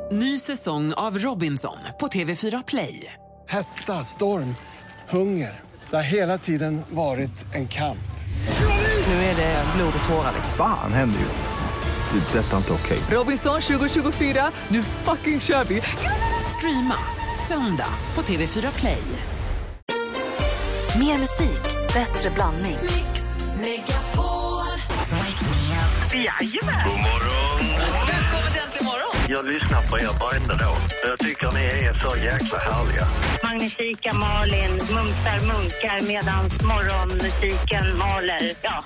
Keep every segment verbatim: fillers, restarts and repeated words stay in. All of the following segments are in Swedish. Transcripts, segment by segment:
Ny säsong av Robinson på T V fyra Play. Hetta, storm, hunger. Det har hela tiden varit en kamp. Nu är det blod och tårar. Fan händer just det. Det är detta inte okej. Robinson tjugo tjugofyra, nu fucking kör vi. Streama söndag på T V fyra Play. Mer musik, bättre blandning. Mix Megapol. Right now. Jajamän. God morgon. Välkommen till Äntligen morgon. Jag lyssnar på er varenda dag. Jag tycker ni är så jäkla härliga. Magnifika Malin mumsar munkar medan morgonmusiken maler. Ja.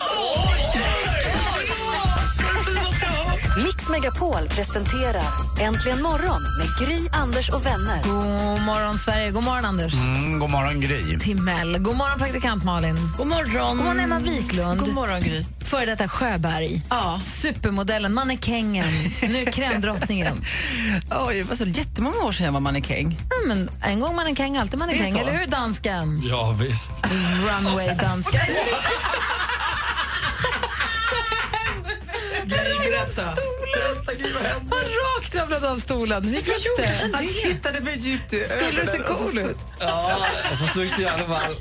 Mix Megapol presenterar Äntligen morgon med Gry, Anders och vänner. God morgon Sverige, god morgon Anders. Mm, god morgon Gry. Timmel, god morgon praktikant Malin. God morgon. God morgon Emma Wiklund. God morgon Gry. Före detta Sjöberg. Ja. Supermodellen, mannekängen, nu krämdrottningen. Oj, det var så jättemånga år sedan jag var mannekäng. Ja, men en gång mannekäng, alltid mannekäng, eller hur dansken? Ja, visst. Runway-dansken. Berätta. Han rakt ramlade av stolen. Hur gick det? Han hittade för djupt i Skulle det se cool ut? Ja, jag försökte i alla fall.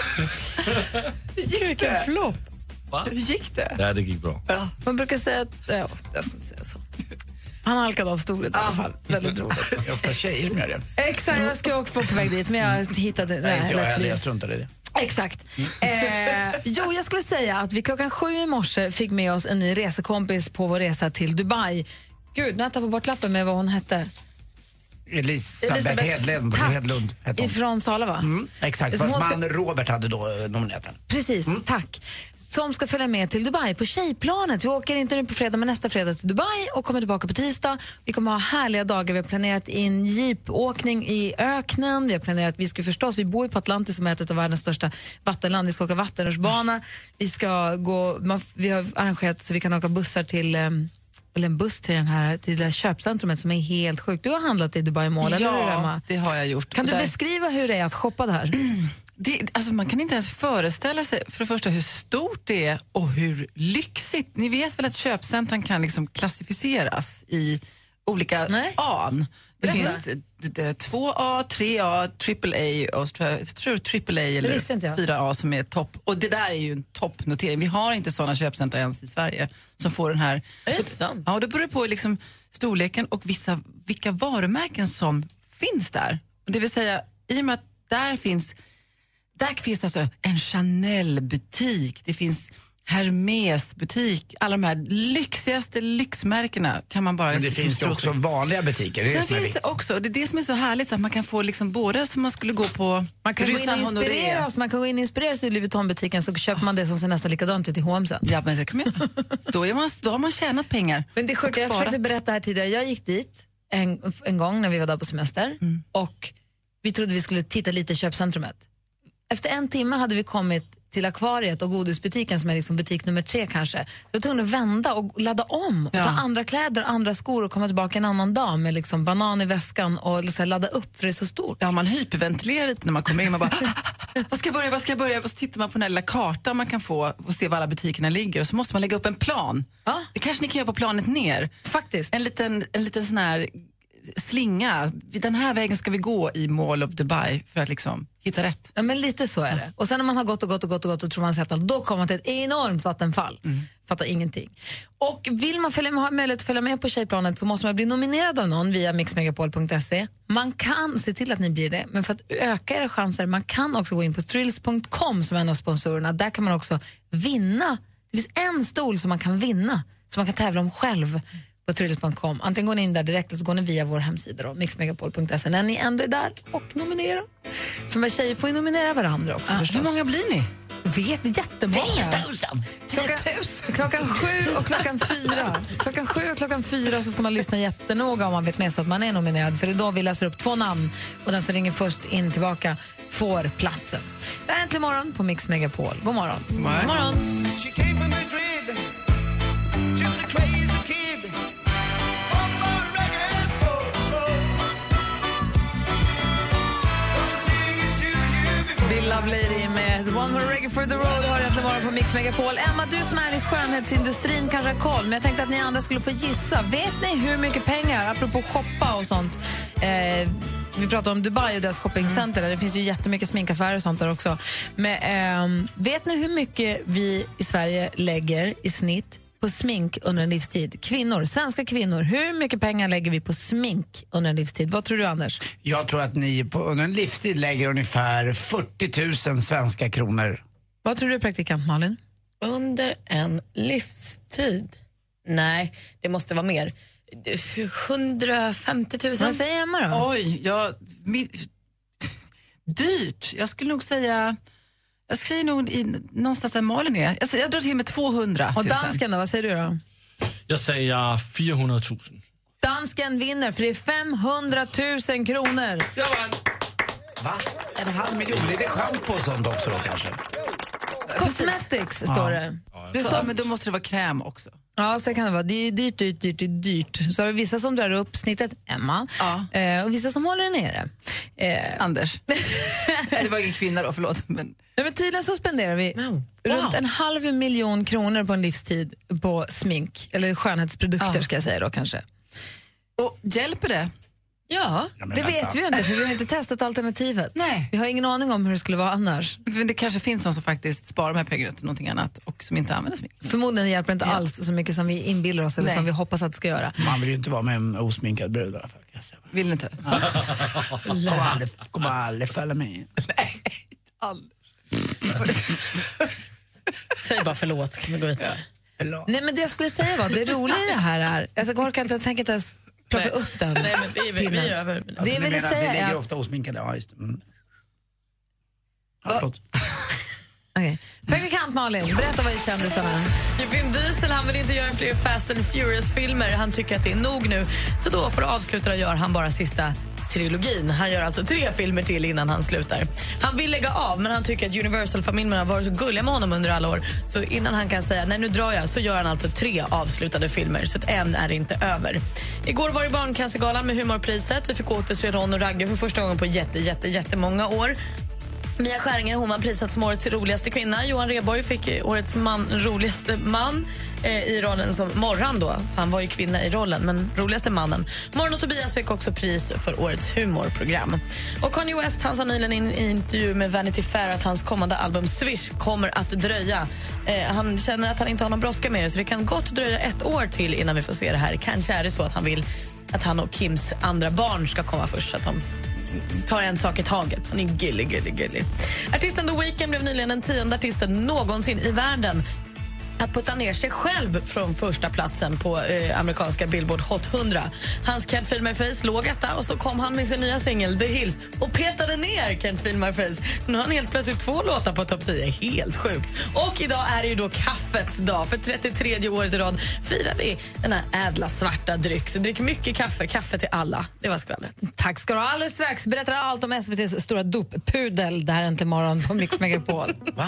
Hur gick det? Flopp. Hur gick det? Ja, det gick bra. Ja. Man brukar säga att... Ja, jag ska inte säga så. Han halkade av stolen i alla fall. Väldigt roligt. Det är ofta tjejer som gör det. Exakt, jag ska också få på väg dit, men jag hittade... Nej, inte jag heller, jag struntade i det. Exakt. Eh, jo, jag skulle säga att vi klockan sju i morse fick med oss en ny resekompis på vår resa till Dubai. Gud, nu har jag tappat bort lappen med vad hon hette. Elisabeth, Elisabeth Hedlund. Tack. Hedlund Ifrån Sala, va? Mm, exakt, för ska... man Robert hade då nominerat den. Precis, mm. Tack. Som ska följa med till Dubai på tjejplanet. Vi åker inte nu på fredag, men nästa fredag till Dubai och kommer tillbaka på tisdag. Vi kommer ha härliga dagar. Vi har planerat in jeepåkning i öknen. Vi har planerat, vi ska förstås, vi bor på Atlantis som är ett av världens största vattenland. Vi ska åka vattenrutschbana. Vi ska gå, man, vi har arrangerat så vi kan åka bussar till... Um, eller en buss till, den här, till det här köpcentrumet som är helt sjukt. Du har handlat i Dubai Mall, ja, eller hur, Emma? Det har jag gjort. Kan du där... beskriva hur det är att shoppa där? Det, alltså man kan inte ens föreställa sig för det första hur stort det är och hur lyxigt. Ni vet väl att köpcentrum kan liksom klassificeras i olika Nej. A. Det Berätta. finns två A, tre A, triple A och jag tror triple A eller fyra A som är topp. Och det där är ju en toppnotering. Vi har inte sådana köpcentrum ens i Sverige som får den här. Är det sant? Ja, och då beror det på liksom storleken och vissa, vilka varumärken som finns där. Det vill säga, i och med att där finns Där finns alltså en Chanel-butik, det finns Hermes-butik, alla de här lyxigaste lyxmärkena kan man bara... Men det finns ju också vanliga butiker. Det Sen det finns det också, det är det som är så härligt att man kan få liksom både som man skulle gå på... Man kan gå in och inspireras, man kan gå in och inspireras i Louis Vuitton-butiken så köper man det som ser nästan likadant ut i H och M sen. Ja, men det kan man göra. Då, är man, då har man tjänat pengar. Men det är sjukt, jag försökte berätta här tidigare, jag gick dit en, en gång när vi var där på semester mm. och vi trodde vi skulle titta lite i köpcentrumet. Efter en timme hade vi kommit till akvariet och godisbutiken som är liksom butik nummer tre kanske. Så jag var tvungen att vända och ladda om och ja. ta andra kläder och andra skor och komma tillbaka en annan dag med liksom banan i väskan och liksom ladda upp för det är så stort. Ja, man hyperventilerar lite när man kommer in. Man bara, vad ska jag börja, vad ska jag börja? Och så tittar man på den här lilla kartan man kan få och se var alla butikerna ligger. Och så måste man lägga upp en plan. Ja. Det kanske ni kan göra på planet ner. Faktiskt. En liten, en liten sån här... slinga, den här vägen ska vi gå i Mall of Dubai för att liksom hitta rätt. Ja, men lite så är det. Och sen när man har gått och gått och gått och gått och tror man sett allt, då kommer man till ett enormt vattenfall. Mm. Fattar ingenting. Och vill man följa, ha möjlighet att följa med på tjejplanet så måste man bli nominerad av någon via mixmegapol punkt se. Man kan se till att ni blir det, men för att öka era chanser, man kan också gå in på thrills punkt com som är en av sponsorerna. Där kan man också vinna. Det finns en stol som man kan vinna, som man kan tävla om själv på thrills punkt com. Antingen går ni in där direkt eller så går ni via vår hemsida mixmegapol punkt se när ni ändå är där och nominera. För man tjejer får ju nominera varandra också. Ah, hur många blir ni? Vet, jättemånga. tio tusen! Klockan, klockan sju och klockan fyra. Klockan sju och klockan fyra så ska man lyssna jättenoga om man vet med sig att man är nominerad. För det är då vi läser upp två namn och den som ringer först in tillbaka får platsen. Det här är Äntligen morgon på Mix Megapol. God morgon. God morgon. God morgon. Love Lady med The One Who Reggae for the Road har egentligen varit på Mix Megapol. Emma, du som är i skönhetsindustrin kanske har koll, men jag tänkte att ni andra skulle få gissa. Vet ni hur mycket pengar, apropå shoppa och sånt, eh, vi pratar om Dubai och deras shoppingcenter, där det finns ju jättemycket sminkaffärer och sånt där också. Men eh, vet ni hur mycket vi i Sverige lägger i snitt på smink under en livstid? Kvinnor, svenska kvinnor, hur mycket pengar lägger vi på smink under en livstid? Vad tror du, Anders? Jag tror att ni på, under en livstid lägger ungefär fyrtio tusen svenska kronor. Vad tror du, praktikant Malin? Under en livstid? Nej, det måste vara mer. hundrafemtio tusen. Vad säger Emma då? Oj, jag... Mi, dyrt. Jag skulle nog säga... Jag säger nog i, någonstans där Malin är. Jag, jag drar till med tvåhundra tusen. Och dansken då, vad säger du då? Jag säger fyrahundra tusen. Dansken vinner, för det är femhundratusen kronor. Jag vann. Va? En halv miljon? Är det schampo och sånt också då kanske? Cosmetics står det. Det står, ja, men då måste det vara kräm också. Ja, så kan det vara. Det är dyrt, dyrt, dyrt, dyrt. Så har vi vissa som drar upp snittet, Emma, ja. eh, och vissa som håller det nere. Eh. Anders. Det var ingen kvinna då, förlåt. Men... Nej, men tydligen så spenderar vi wow. runt en halv miljon kronor på en livstid på smink, eller skönhetsprodukter ja. ska jag säga då kanske. Och hjälper det? Ja, ja det vet vi ju inte, för vi har inte testat alternativet. Nej. Vi har ingen aning om hur det skulle vara annars. Men det kanske finns någon som faktiskt sparar med pengar till någonting annat och som inte använder smink. Förmodligen hjälper det inte ja. alls så mycket som vi inbillar oss eller Nej. som vi hoppas att det ska göra. Man vill ju inte vara med en osminkad brud i alla fall. Vill inte? Ja. Kommer aldrig, kommer aldrig fälla mig. Nej, aldrig. Säg bara förlåt, så kan vi gå vidare. Förlåt. Nej, men det jag skulle säga var, det roliga i det här är, alltså, jag kan inte tänka inte ens plocka Nej. upp den. Nej, men vi, vi, vi är över. Alltså, det jag ville säga det ligger är ofta osminkade, ja just det. Mm. Ja, förlåt. Okej. Praktikant Malin, berätta vad är kändisarna? Vin Diesel, han vill inte göra fler Fast and Furious-filmer. Han tycker att det är nog nu. Så då för att avsluta gör han bara sista trilogin. Han gör alltså tre filmer till innan han slutar. Han vill lägga av, men han tycker att Universal-familjen har varit så gulliga med honom under alla år. Så innan han kan säga, nej nu drar jag, så gör han alltså tre avslutade filmer. Så att än är det inte över. Igår var det Barncancergalan med humorpriset. Vi fick återse Ron och Ragge för första gången på jätte, jätte, jättemånga år. Mia Skäringer, hon var prisat som årets roligaste kvinna. Johan Rheborg fick årets man, roligaste man eh, i rollen som Morran då. Så han var ju kvinna i rollen, men roligaste mannen. Morran och Tobias fick också pris för årets humorprogram. Och Kanye West, han sa nyligen i en intervju med Vanity Fair att hans kommande album Swish kommer att dröja. Eh, han känner att han inte har någon brådska med det, så det kan gott dröja ett år till innan vi får se det här. Kanske är det så att han vill att han och Kims andra barn ska komma först, så att de tar en sak i taget. Han är gillig, gillig, gillig. Artisten The Weeknd blev nyligen den tionde artisten någonsin i världen att putta ner sig själv från första platsen på eh, amerikanska Billboard Hot hundra. Hans Can't Feel My Face låg etta och så kom han med sin nya singel The Hills och petade ner Can't Feel My Face. Så nu har han helt plötsligt två låtar på topp tio. Helt sjukt. Och idag är det ju då kaffets dag. För trettiotredje året i rad firar vi den här ädla svarta dryck. Så drick mycket kaffe. Kaffe till alla. Det var skvallret. Tack ska du ha. Alldeles strax berättar allt om S V T:s stora doppudel där äntligen morgon på Mix Megapol. Va?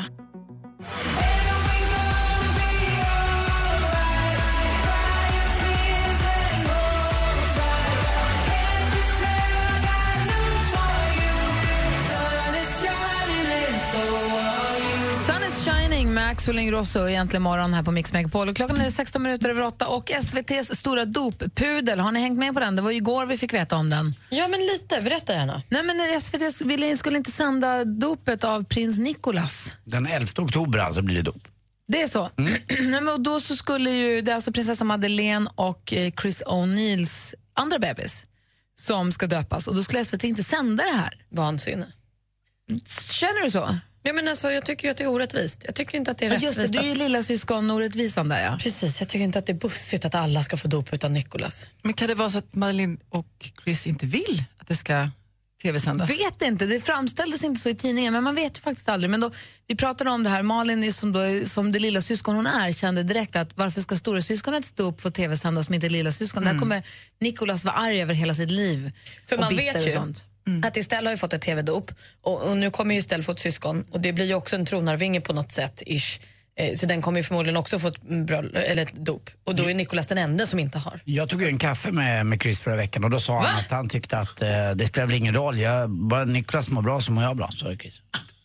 Med Axel Ingrosso och egentligen morgon här på Mix Megapol. Och klockan är sexton minuter över åtta och S V T:s stora doppudel. Har ni hängt med på den? Det var ju igår vi fick veta om den. Ja, men lite. Berätta gärna. Nej, men S V T ville, skulle inte sända dopet av prins Nicolas. Den elfte oktober alltså blir det dop. Det är så. Mm. Nej, men då så skulle ju, det är alltså prinsessa Madeleine och Chris O'Neills andra bebis som ska döpas. Och då skulle S V T inte sända det här. Vansinne. Känner du så? Ja, men alltså, jag tycker ju att det är orättvist. Jag tycker inte att det är ja, rättvist. Just det, du är ju lilla syskon orättvisan där, ja. Precis, jag tycker inte att det är bussigt att alla ska få dop utan Nicolas. Men kan det vara så att Madeleine och Chris inte vill att det ska tv-sändas? Vet inte, det framställdes inte så i tidningen, men man vet ju faktiskt aldrig. Men då, vi pratade om det här, Malin är som, då, som det lilla syskon hon är, kände direkt att varför ska stora syskonet stå upp för tv-sändas med inte lilla syskon? Mm. Där kommer Nicolas vara arg över hela sitt liv. För man vet ju och sånt. Mm. att Estelle har ju fått ett tv-dop och, och nu kommer ju Estelle få ett syskon och det blir ju också en tronarvinge på något sätt ish. Eh, så den kommer ju förmodligen också få ett, bröll, eller ett dop och då är Nicolas den enda som inte har. Jag tog en kaffe med, med Chris förra veckan och då sa Va? han att han tyckte att eh, det spelar ingen roll, jag, bara Nicolas mår bra så mår jag bra, sa Chris.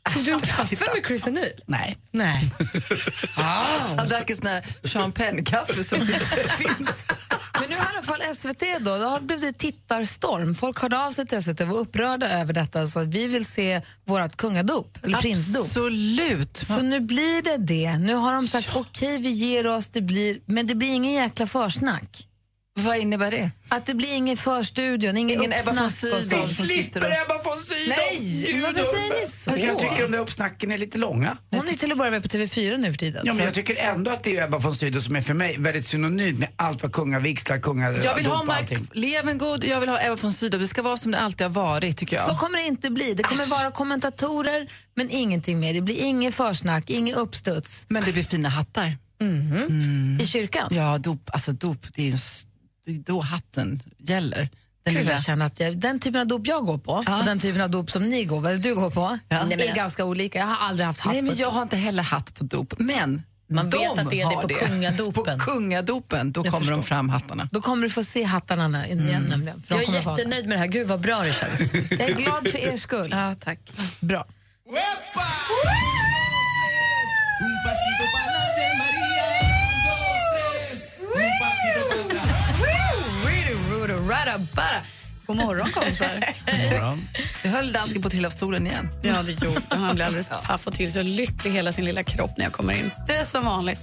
Tog du kaffe med Chris O'Neill? Nej. Nej. ah. Han drack en sån här champagne-kaffe som inte finns. Men nu har i alla fall S V T då, det har blivit tittarstorm. Folk hörde av sig till S V T och var upprörda över detta, så vi vill se vårt kungadop, eller prinsdop. Absolut. Så nu blir det det. Nu har de sagt, ja. okej, vi ger oss, det blir, men det blir ingen jäkla försnack. Vad innebär det? Att det blir ingen förstudion, ingen, ingen Ebba von Sydow. Vi slipper Ebba von Sydow. Nej, varför säger ni så? Jag tycker de där uppsnacken är lite långa. Hon är till att börja med på T V fyra nu för tiden. Ja, men jag tycker ändå att det är Ebba von Sydow som är för mig väldigt synonym med allt vad kungavigslar, kungadop. Jag vill ha Mark Levengood, jag vill ha Ebba von Sydow. Det ska vara som det alltid har varit, tycker jag. Så kommer det inte bli. Det kommer vara kommentatorer, men ingenting mer. Det blir ingen försnack, ingen uppstuds. Men det blir fina hattar. Mm. Mm. I kyrkan? Ja, dop, alltså dop, det är ju det är då hatten gäller. Den, lilla... jag känner att jag, den typen av dop jag går på, ja. och den typen av dop som ni går, eller du går på, ja. det är ganska olika. Jag har aldrig haft hatt. Nej, men på jag har inte heller hatt på dop, men man vet att det är det på det. kungadopen. På kungadopen, då jag kommer förstår. de fram hattarna. Då kommer du få se hattarna igen mm. nämligen. Jag är jättenöjd med det här. Gud vad bra det känns. Jag är glad för er skull. Ja, tack. Bra. God morgon, kompisar. God morgon. Du höll dansken på till av stolen igen. Ja, det gjorde han. Blev alldeles paff och till så lycklig hela sin lilla kropp när jag kommer in. Det är som vanligt.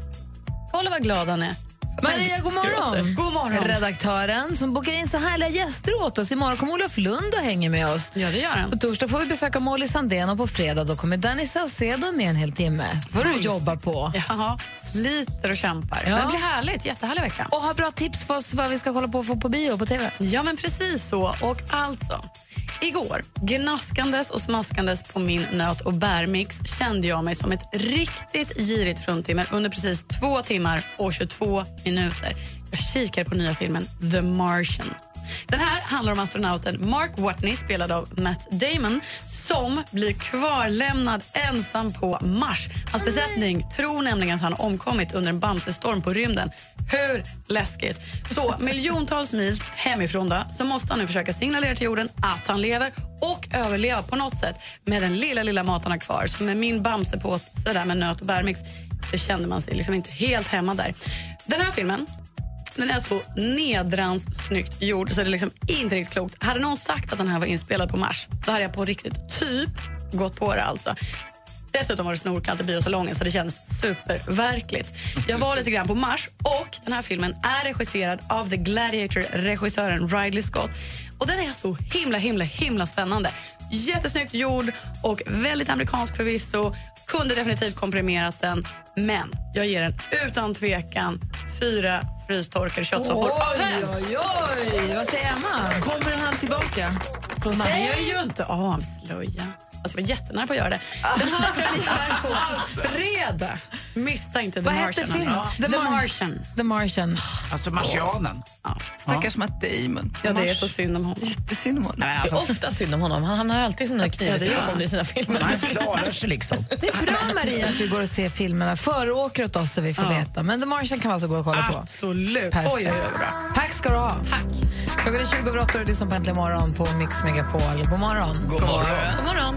Kolla vad glad han är. Maria, god morgon. God morgon. Redaktören som bokar in så härliga gäster åt oss. Imorgon kommer Olof Lund och hänger med oss. Ja, det gör han. På torsdag får vi besöka Molly Sandén och på fredag då kommer Danny Saucedo med en hel timme. Vad du jobbar på. Jaha, sliter och kämpar. Ja. Det blir härligt, jättehärlig vecka. Och har bra tips för oss vad vi ska kolla på för på bio på T V. Ja, men precis så. Och alltså, igår, gnaskandes och smaskandes på min nöt- och bärmix kände jag mig som ett riktigt girigt fruntimmer under precis två timmar och tjugotvå minuter. Jag kikade på nya filmen The Martian. Den här handlar om astronauten Mark Watney, spelad av Matt Damon, som blir kvarlämnad ensam på Mars. Hans besättning tror nämligen att han omkommit under en bamsestorm på rymden. Hur läskigt? Så miljontals mil hemifrån då, så måste han nu försöka signalera till jorden att han lever och överleva på något sätt med den lilla, lilla mat han har kvar. Så med min bamsepåse där med nöt och bärmix, det kände man sig liksom inte helt hemma där. Den här filmen, den är så nedrans snyggt gjord så det är liksom inte riktigt klokt. Hade någon sagt att den här var inspelad på Mars, då hade jag på riktigt typ gått på det alltså. Dessutom var det snorkallt i biosalongen så det kändes superverkligt. Jag var lite grann på Mars och den här filmen är regisserad av The Gladiator-regissören Ridley Scott. Och den är så himla, himla, himla spännande. Jättesnyggt gjord och väldigt amerikansk förvisso. Kunde definitivt komprimerat den, men jag ger den utan tvekan fyra frystorkade köttsoppor av fem. Oj, oj, oj. Vad säger Emma? Kommer han tillbaka? Säger ju inte avslöja. Alltså, jag var jättenära på att göra det. Den här premiär på fredag. Missa inte The Vad Martian. heter filmen? The, The Martian. The Martian. Alltså marsianen. Ja. Stackars Matt Damon. Ja, det är så synd om honom. Jättesynd om honom. Nej, alltså, det är ofta synd om honom. Han, han har alltid såna knivsituationer ja, i sina filmer. Han klarar sig liksom. Det är bra, Maria, att du går och ser filmerna. Föråker åt oss så vi får ja. veta. Men The Martian kan vi alltså gå och kolla på. Absolut. Perfekt. Oj, oj, oj, bra. Tack ska du ha. Tack. Klockan är tjugo över åtta och du lyssnar på Äntligen morgon på Mix Megapol. God morgon. God morgon. God morgon.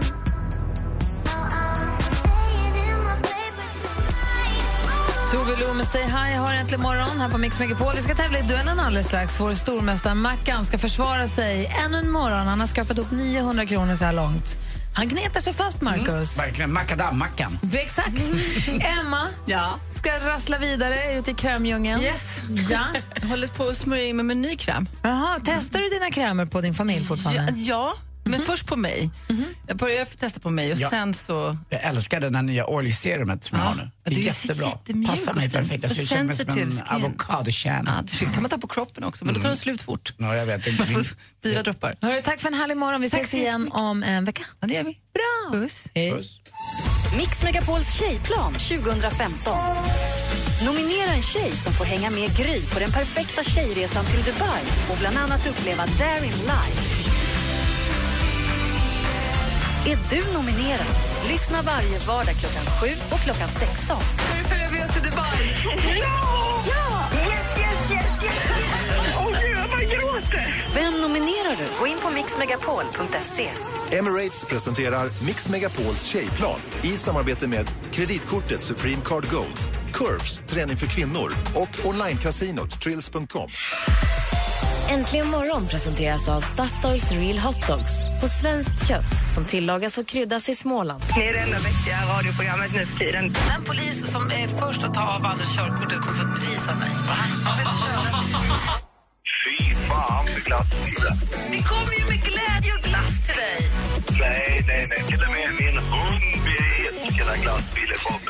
Tove Lo med Stay High har Äntligen morgon här på Mix Megapol. Vi ska tävla i duellen alldeles strax. Vår stormästare Mackan ska försvara sig ännu en morgon. Han har skrapat upp niohundra kronor så här långt. Han gnetar sig fast, Marcus. Mm, verkligen, makadam-mackan. Exakt. Emma ja. ska rassla vidare ut i krämdjungeln. Yes. Ja. Jag håller på att smörja in med ny kräm. Jaha, testar du dina krämer på din familj fortfarande? Ja, ja. Men mm-hmm. först på mig. Mm-hmm. Jag börjar testa på mig och ja. sen så... Jag älskar den här nya oilserumet som ja. jag har nu. Det är, det är jättebra. Passar mig perfekt. Jag ser mig som en avokadokärna. Ja, det kan man ta på kroppen också, men mm. då tar det slut fort. Ja, jag vet. Man får dyra droppar. Hörru, tack för en härlig morgon. Vi tack ses igen om en vecka. Ja, det gör vi. Bra! Puss. Hej. Puss. Mix Megapols tjejplan tjugo femton. Nominera en tjej som får hänga med Gry på den perfekta tjejresan till Dubai och bland annat uppleva Darin live. Är du nominerad? Lyssna varje vardag klockan sju och klockan sexton. Ska du följa med oss till Dubai? Ja! Ja! Yes, yes, yes, yes! Åh, gud, jag bara gråter! Vem nominerar du, gå in på mix megapol punkt se. Emirates presenterar Mix Megapols tjejplan i samarbete med kreditkortet Supreme Card Gold, Curves, träning för kvinnor och online-casinot Trills punkt com. Äntligen morgon presenteras av Statoils Real Hot Dogs på svenskt kött som tillagas och kryddas i Småland. Det är det enda vettiga radioprogrammet nu för tiden. Den polis som är först att ta av Anders körkortet kommer få ett pris av mig. Fy fan för glassbilen. Det kommer ju med glädje och glass till dig. Nej, nej, nej. Till och med min hund älskar den glassbilen kommer.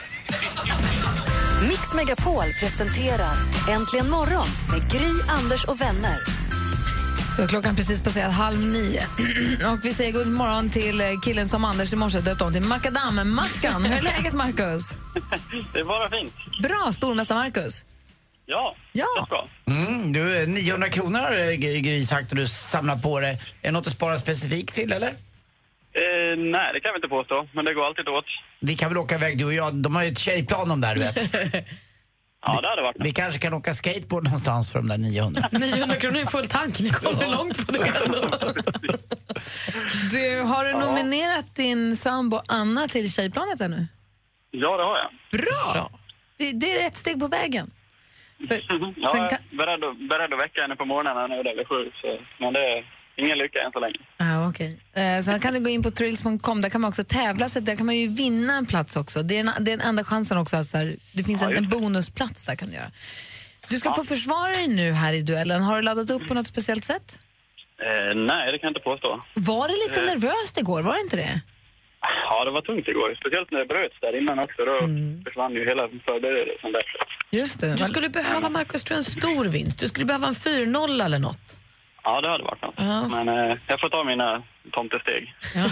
Mix Megapol presenterar Äntligen morgon med Gry, Anders och vänner. Klockan precis passerat halv nio. Och vi säger god morgon till killen som Anders i morse döpte om till Macadam. Mackan, hur är läget, Marcus? Det är bara fint. Bra, stormästare Marcus. Ja, ja. det är bra. Mm, du, niohundra kronor har Gry sagt och du samlar på det. Är det något att spara specifikt till, eller? Eh, nej, det kan vi inte påstå, men det går alltid åt. Vi kan väl åka iväg, du och jag. De har ju ett tjejplan om där, du vet. Ja, det hade varit. Vi kanske kan åka skateboard någonstans för de där niohundra. niohundra kronor är full tank, ni kommer långt på det ändå. Du, har du ja. nominerat din sambo Anna till tjejplanet ännu? Ja, det har jag. Bra! Det, det är rätt steg på vägen. Så, ja, sen kan... beredd, beredd att väcka henne på morgonen nu, det är sju, så, men det är ingen lycka än så länge. Ah, okej. Okay. Eh, sen kan du gå in på trills punkt com, där kan man också tävla, så där kan man ju vinna en plats också. Det är, en, det är den enda chansen också, att så här, det finns ja, en, en bonusplats där kan du göra. Du ska ja. få försvara dig nu här i duellen. Har du laddat upp på något speciellt sätt? Eh, nej, det kan jag inte påstå. Var det lite eh. nervöst igår, var det inte det? Ja, det var tungt igår. Speciellt när det bröts där innan också. Då mm. försvann ju hela förberedelsen där. Just det. Du skulle behöva, Marcus, tror en stor vinst. Du skulle behöva en fyra noll eller något. Ja, det hade varit något. Ja. Men eh, jag får ta mina tomtesteg. Ja.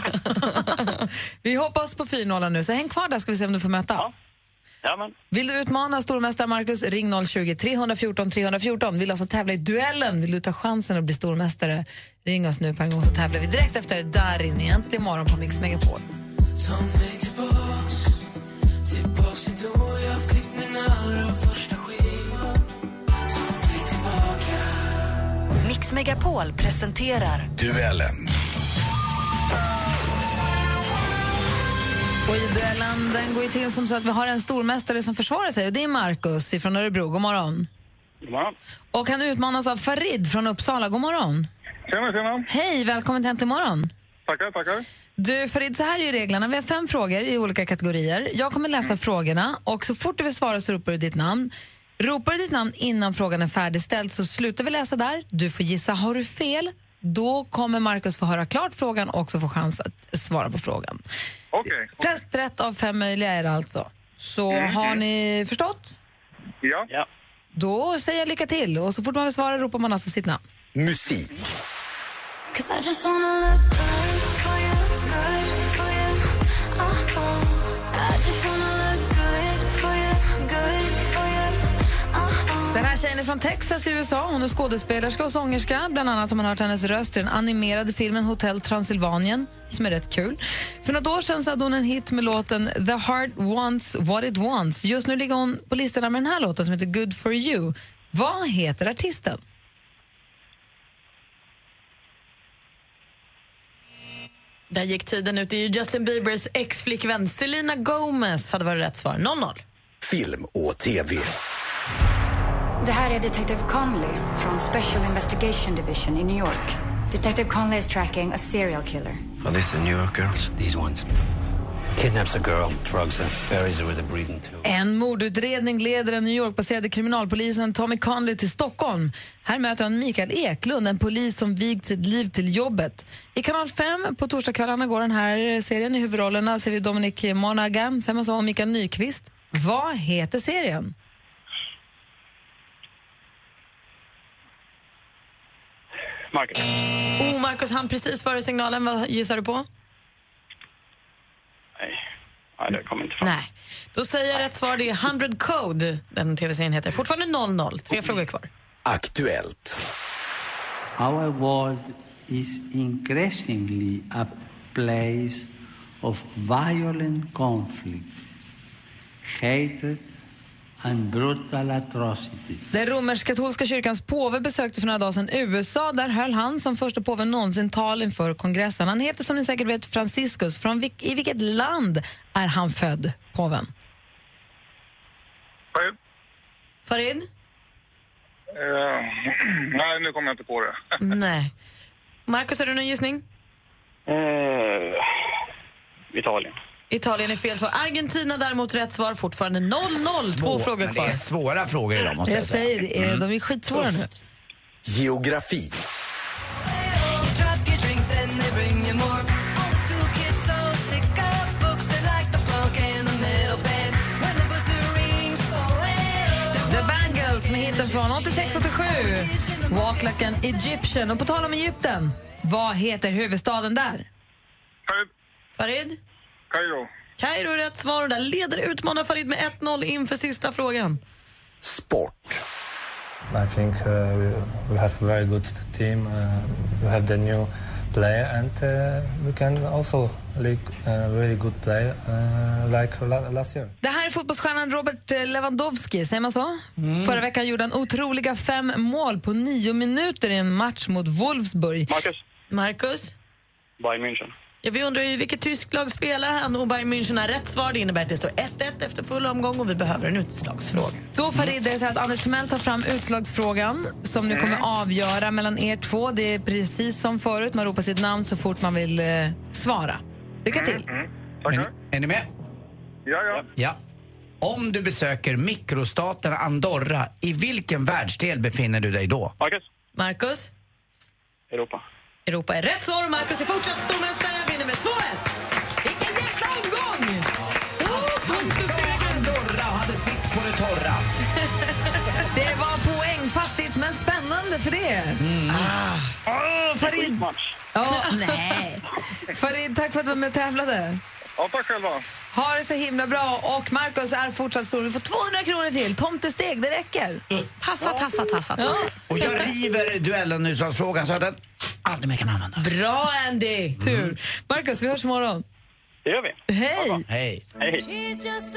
Vi hoppas på fyra noll nu, så häng kvar där ska vi se om du får möta. Ja. Ja, men. Vill du utmana stormästare Marcus, ring noll tjugo, tre fjorton, tre fjorton. Vill alltså tävla i duellen? Vill du ta chansen att bli stormästare? Ring oss nu på en gång, så tävlar vi direkt efter Darin i Äntligen morgon på Mix Megapol. Ta mig tillbaks, tillbaks till då jag fick min allra första skiva. Ta mig tillbaka. Mix Megapol presenterar Duellen. Och i duellen, den går ju till som så att vi har en stormästare som försvarar sig, och det är Marcus från Örebro. God morgon. God morgon. Och han utmanas av Farid från Uppsala. God morgon. Tjena, tjena. Hej, välkommen till Äntligen morgon. Tackar, tackar. Du, Farid, så här är ju reglerna. Vi har fem frågor i olika kategorier. Jag kommer läsa mm. frågorna, och så fort du vill svara så ropar du ditt namn. Ropar du ditt namn innan frågan är färdigställd så slutar vi läsa där. Du får gissa, har du fel? Då kommer Marcus få höra klart frågan och också få chans att svara på frågan. Okej. Okay. Flest rätt av fem möjliga är det alltså. Så mm. har ni förstått? Ja. ja. Då säger jag lycka till, och så fort man vill svara ropar man alltså sitt namn. Musik. Den här tjejen är från Texas i U S A. Hon är skådespelerska och sångerska. Bland annat har man hört hennes röst i den animerade filmen Hotel Transylvanien, som är rätt kul. För något år sedan så hade hon en hit med låten The Heart Wants What It Wants. Just nu ligger hon på listorna med den här låten som heter Good For You. Vad heter artisten? Där gick tiden ut. Det är ju Justin Biebers ex-flickvän Selena Gomez hade varit rätt svar. noll noll. Film och tv. Det här är Detective Conley från Special Investigation Division i New York. Detective Conley is tracking a serial killer. Are these the New York girls? These ones. Kidnaps a girl, drugs her, buries her with a breathing tube. En mordutredning leder den New York-baserade kriminalpolisen Tommy Conley till Stockholm. Här möter han Mikael Eklund, en polis som vigt sitt liv till jobbet. I kanal fem på torsdagskvällarna går den här serien. I huvudrollerna ser vi Dominic Monaghan, sen så och Mikael Nyqvist. Vad heter serien? Marcus. Oh, Marcus, han precis före signalen. Vad gissar du på? Nej. Nej, det kommer inte fram. Nej. Då säger jag rätt svar. Det är hundred Code, den tv-serien heter. Fortfarande noll noll. Tre mm. frågor kvar. Aktuellt. Our world is increasingly a place of violent conflict, hatred and brutal atrocities. Den romersk-katolska kyrkans påve besökte för några dagar sedan U S A. Där höll han som första påve någonsin tal inför kongressen. Han heter som ni säkert vet Franciscus. Från vil- I vilket land är han född, påven? Farid? Farid? Uh, nej, nu kommer jag inte på det. Nej. Marcus, har du någon gissning? Uh, Italien. Italien är fel svar. Argentina däremot rätt svar. Fortfarande noll noll. Två Svår, frågor kvar. Det är svåra frågor idag, måste jag, jag säga. säger det. Mm. De är skitsvåra nu. Geografi. The Bangles med hitten från åttiosex åttiosju. Walk like an Egyptian. Och på tal om Egypten, vad heter huvudstaden där? Farid. Farid? Kairo. Kairo är rätt svar och där leder utmanar Farid med ett noll inför sista frågan. Sport. I think uh, we have a very good team. Uh, we have the new player and uh, we can also like uh, really good play uh, like la- last year. Det här är fotbollsstjärnan Robert Lewandowski, säger man så? Mm. Förra veckan gjorde han otroliga fem mål på nio minuter i en match mot Wolfsburg. Marcus. Marcus? Bayern München. Ja, vi undrar ju vilket tysk lag spelar han och Bayern München har rätt svar. Det innebär att det står ett ett efter full omgång och vi behöver en utslagsfråga. Då Farid, det är så att Anders Timell tar fram utslagsfrågan som nu kommer avgöra mellan er två. Det är precis som förut, man ropar sitt namn så fort man vill eh, svara. Lycka till. Mm. Tackar. Är, är ni med? Ja, ja. Ja. Om du besöker mikrostaten Andorra, i vilken världsdel befinner du dig då? Marcus. Marcus? Europa. Europa är rätt svar och Marcus är fortsatt stormästare. Vinner med två ett. Vilken jäkla omgång! Oh, Andorra hade sitt på det torra. Det var poängfattigt men spännande för det. Mm. Ah. Oh, Farid. Oh, nej. Farid, tack för att du var med och tävlade. Ja, tack själva. Ha det så himla bra. Och Marcus är fortsatt stor. Vi får tvåhundra kronor till. Tomtesteg, det räcker. Tassa, tassa, tassa, tassa. Ja. Och jag river duellen utslagsfrågan så att den aldrig mer kan användas. Bra, Andy. Tur. Mm. Marcus, vi hörs imorgon. Det gör vi. Hej. Hej. Hej.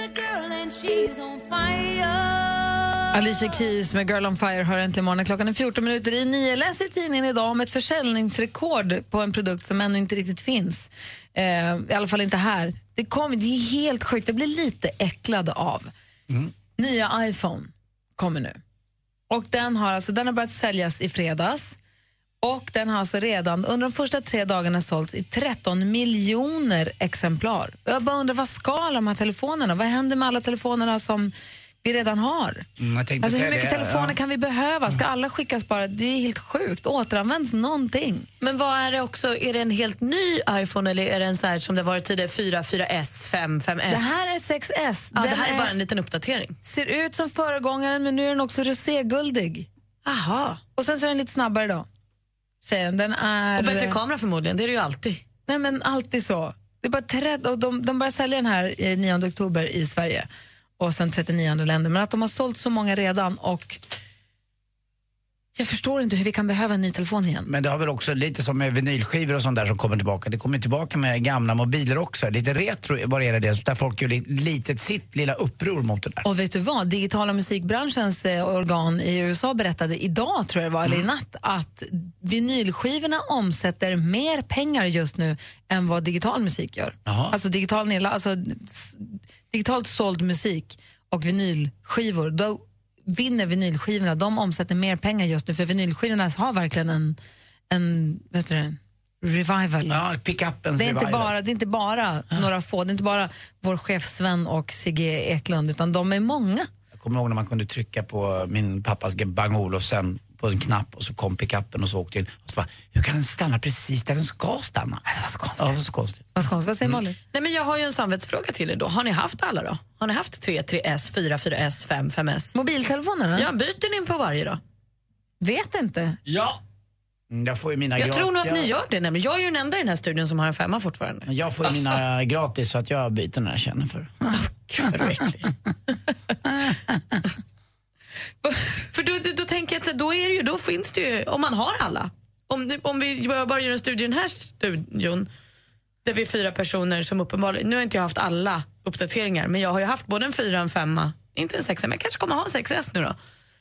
Alicia Keys med Girl on Fire hör äntligen imorgon. Klockan är fjorton minuter i nio. Läser i tidningen idag om ett försäljningsrekord på en produkt som ännu inte riktigt finns. Eh, I alla fall inte här. Det, kom, det är helt sjukt. Det blir lite äcklad av. Mm. Nya iPhone kommer nu. Och den har, alltså, den har börjat säljas i fredags. Och den har alltså redan under de första tre dagarna sålts i tretton miljoner exemplar. Jag bara undrar, vad ska de här telefonerna? Vad händer med alla telefonerna som vi redan har? Mm, jag alltså, hur mycket det, telefoner ja. kan vi behöva? Ska alla skickas bara? Det är helt sjukt. Återanvänds någonting. Men vad är det också? Är det en helt ny iPhone eller är det en så här som det varit tidigare fyra, fyra S, fem, fem S? Det här är sex S. Ja, den det här är är, bara en liten uppdatering. Ser ut som föregångaren men nu är den också roséguldig. Aha. Och sen så är den lite snabbare då. Den är... Och bättre kamera förmodligen, det är det ju alltid. Nej men alltid så. Det är bara träd, och de, de börjar sälja den här i nionde oktober i Sverige och sen trettionio andra länder. Men att de har sålt så många redan och jag förstår inte hur vi kan behöva en ny telefon igen. Men det har väl också lite som med vinylskivor och sånt där som kommer tillbaka. Det kommer tillbaka med gamla mobiler också. Lite retro var det det, där folk gör lite sitt lilla uppror mot det där. Och vet du vad? Digitala musikbranschens eh, organ i U S A berättade idag, tror jag det var, eller i natt, att vinylskivorna omsätter mer pengar just nu än vad digital musik gör. Aha. Alltså, digital, alltså s- digitalt såld musik och vinylskivor, då vinner vinylskivorna, de omsätter mer pengar just nu för vinylskivorna har verkligen en, en vet du det, revival. Ja, pick-upens det är inte revival. bara, det är inte bara ja. några få, det är inte bara vår chef Sven och Sigge Eklund, utan de är många. Jag kommer ihåg när man kunde trycka på min pappas Bang Olufsen på en knapp och så kom pick-upen och så åkte in och så bara, hur kan den stanna precis där den ska stanna? Det var så konstigt. Ja, det var så konstigt. Vad, konstigt. Vad säger Molly? Mm. Nej, men jag har ju en samvetsfråga till er då. Har ni haft alla då? Har ni haft tre, tre S, fyra, fyra S, fem, fem S? Mobiltelefonerna? Ja, byter ni på varje då? Vet inte. Ja. Jag får ju mina Jag grat- tror nog att jag... ni gör det, nämligen. Jag är ju den enda i den här studien som har en femma fortfarande. Jag får ju mina gratis så att jag byter när jag känner för. Gud, vad äckligt. För då, då, då tänker jag att då är det ju, då finns det ju, om man har alla. Om, om vi bara gör en studie i den här studion där vi är fyra personer som uppenbarligen, nu har inte jag haft alla uppdateringar, men jag har ju haft både en fyra och en femma inte en sex S, men jag kanske kommer ha en sex S nu då.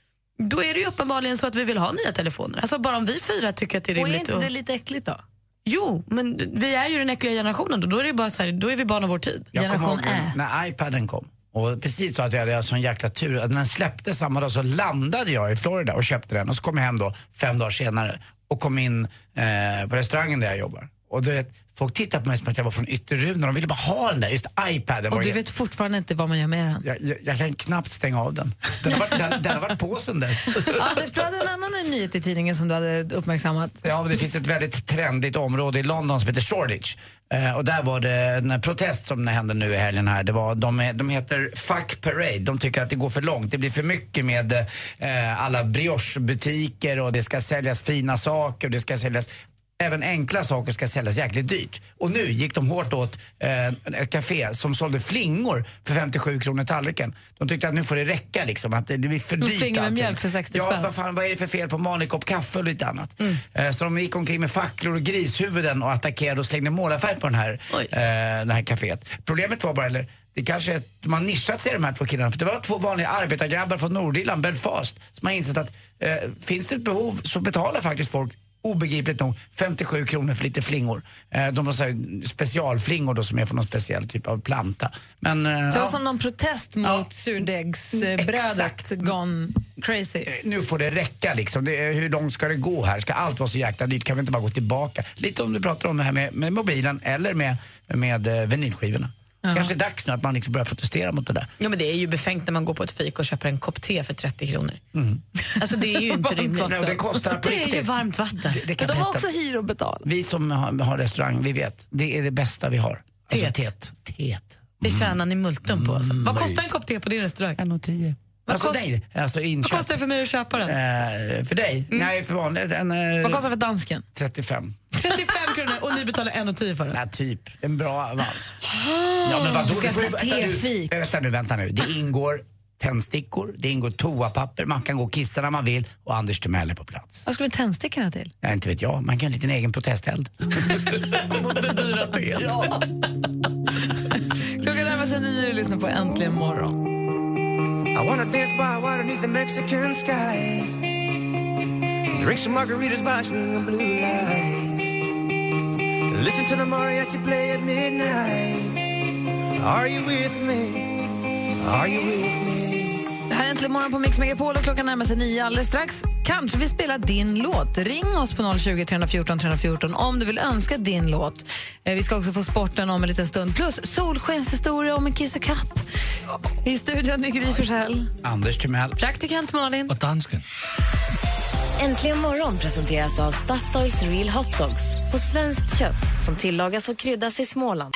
Då är det ju uppenbarligen så att vi vill ha nya telefoner. Alltså bara om vi fyra tycker att det är rimligt. Och är inte och... det lite äckligt då? Jo, men vi är ju den äckliga generationen då. Då är det bara så här, då är vi barn av vår tid. Jag Generation kommer ihåg Ä. när iPaden kom. Och precis så att jag hade sån jäkla tur att när den släppte samma dag så landade jag i Florida och köpte den. Och så kom jag hem då fem dagar senare och kom in eh, på restaurangen där jag jobbar. Och du vet, folk tittade på mig som att jag var från Ytterruden och de ville bara ha den där, just iPaden. Och du jag... vet fortfarande inte vad man gör med den? Jag, jag, jag kan knappt stänga av den. Den har varit, den, den har varit på sen dess. Anders, du hade en annan nyhet i tidningen som du hade uppmärksammat. Ja, det finns ett väldigt trendigt område i London som heter Shoreditch. Eh, och där var det en protest som hände nu i helgen här. Det var, de, de heter Fuck Parade. De tycker att det går för långt. Det blir för mycket med eh, alla briochebutiker och det ska säljas fina saker och det ska säljas... Även enkla saker ska säljas jäkligt dyrt. Och nu gick de hårt åt eh, ett café som sålde flingor för femtiosju kronor tallriken. De tyckte att nu får det räcka liksom, att det, det blir för dyrt. Flingor med mjölk för sextio spänn. Ja, vad fan, vad är det för fel på en vanlig kopp kaffe och lite annat? Mm. Eh, så de gick omkring med facklor och grishuvuden och attackerade och slängde målarfärg på den här, eh, det här caféet. Problemet var bara, eller det kanske är att de har nischat sig de här två killarna. För det var två vanliga arbetargrabbar från Nordirland, Belfast, som har insett att eh, finns det ett behov så betalar faktiskt folk obegripligt nog femtiosju kronor för lite flingor. Eh, de var så här specialflingor då som är från någon speciell typ av planta. Men, eh, så ja. som någon protest mot ja. surdegsbrödet gone crazy. Eh, nu får det räcka liksom. Det, hur långt ska det gå här? Ska allt vara så jäkla dyrt? Kan vi inte bara gå tillbaka? Lite om du pratar om det här med, med mobilen eller med, med eh, vinylskivorna. Uh-huh. Kanske är dags nu att man liksom börjar protestera mot det där. Ja, men det är ju befängt när man går på ett fik och köper en kopp te för trettio kronor. Mm. Alltså det är ju inte rimligt. Nej, det kostar på det är ju varmt vatten. Det, det kan men de har berätta. också hyr och betal. Vi som har, har restaurang, vi vet. Det är det bästa vi har. Alltså, tet. Tet. Det är kärnan i multen på. Alltså. Mm. Vad kostar en kopp te på din restaurang? en och tio. Vad, alltså, kost... nej, alltså Vad kostar det för mig att köpa den? Eh, för dig? Mm. Nej, för vanligt. En, eh, Vad kostar för dansken? trettiofem. trettiofem kronor och ni betalar en och tio för den? Nej, typ. En bra avans. Ja, men vadå? Ska jag ta tefik? Vänta nu, vänta nu. Det ingår tändstickor, det ingår toapapper, man kan gå och kissa när man vill och Anders Timell är på plats. Vad skulle tändstickorna till? Ja, inte vet jag. Man kan ha en liten egen protesteld. Mot det dyra teet. Ja. Klockan närmar sig nio och lyssnar på Äntligen morgon. I wanna dance by water beneath the Mexican sky. Drink some margaritas by swinging blue lights. Listen to the mariachi play at midnight. Are you with me? Are you with me? Det här är Äntligen morgon på Mix Megapol och klockan närmar sig nio alldeles strax. Kanske vi spelar din låt. Ring oss på noll tjugo, tre fjorton, tre fjorton om du vill önska din låt. Vi ska också få sporten om en liten stund. Plus solskenshistoria om en kissekatt. I studion med Gry Forssell, Anders Timell, praktikant Malin och dansken. Äntligen morgon presenteras av Statoils Real Hot Dogs på svenskt kött som tillagas och kryddas i Småland.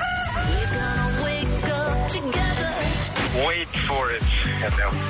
Wait for it, heter jag.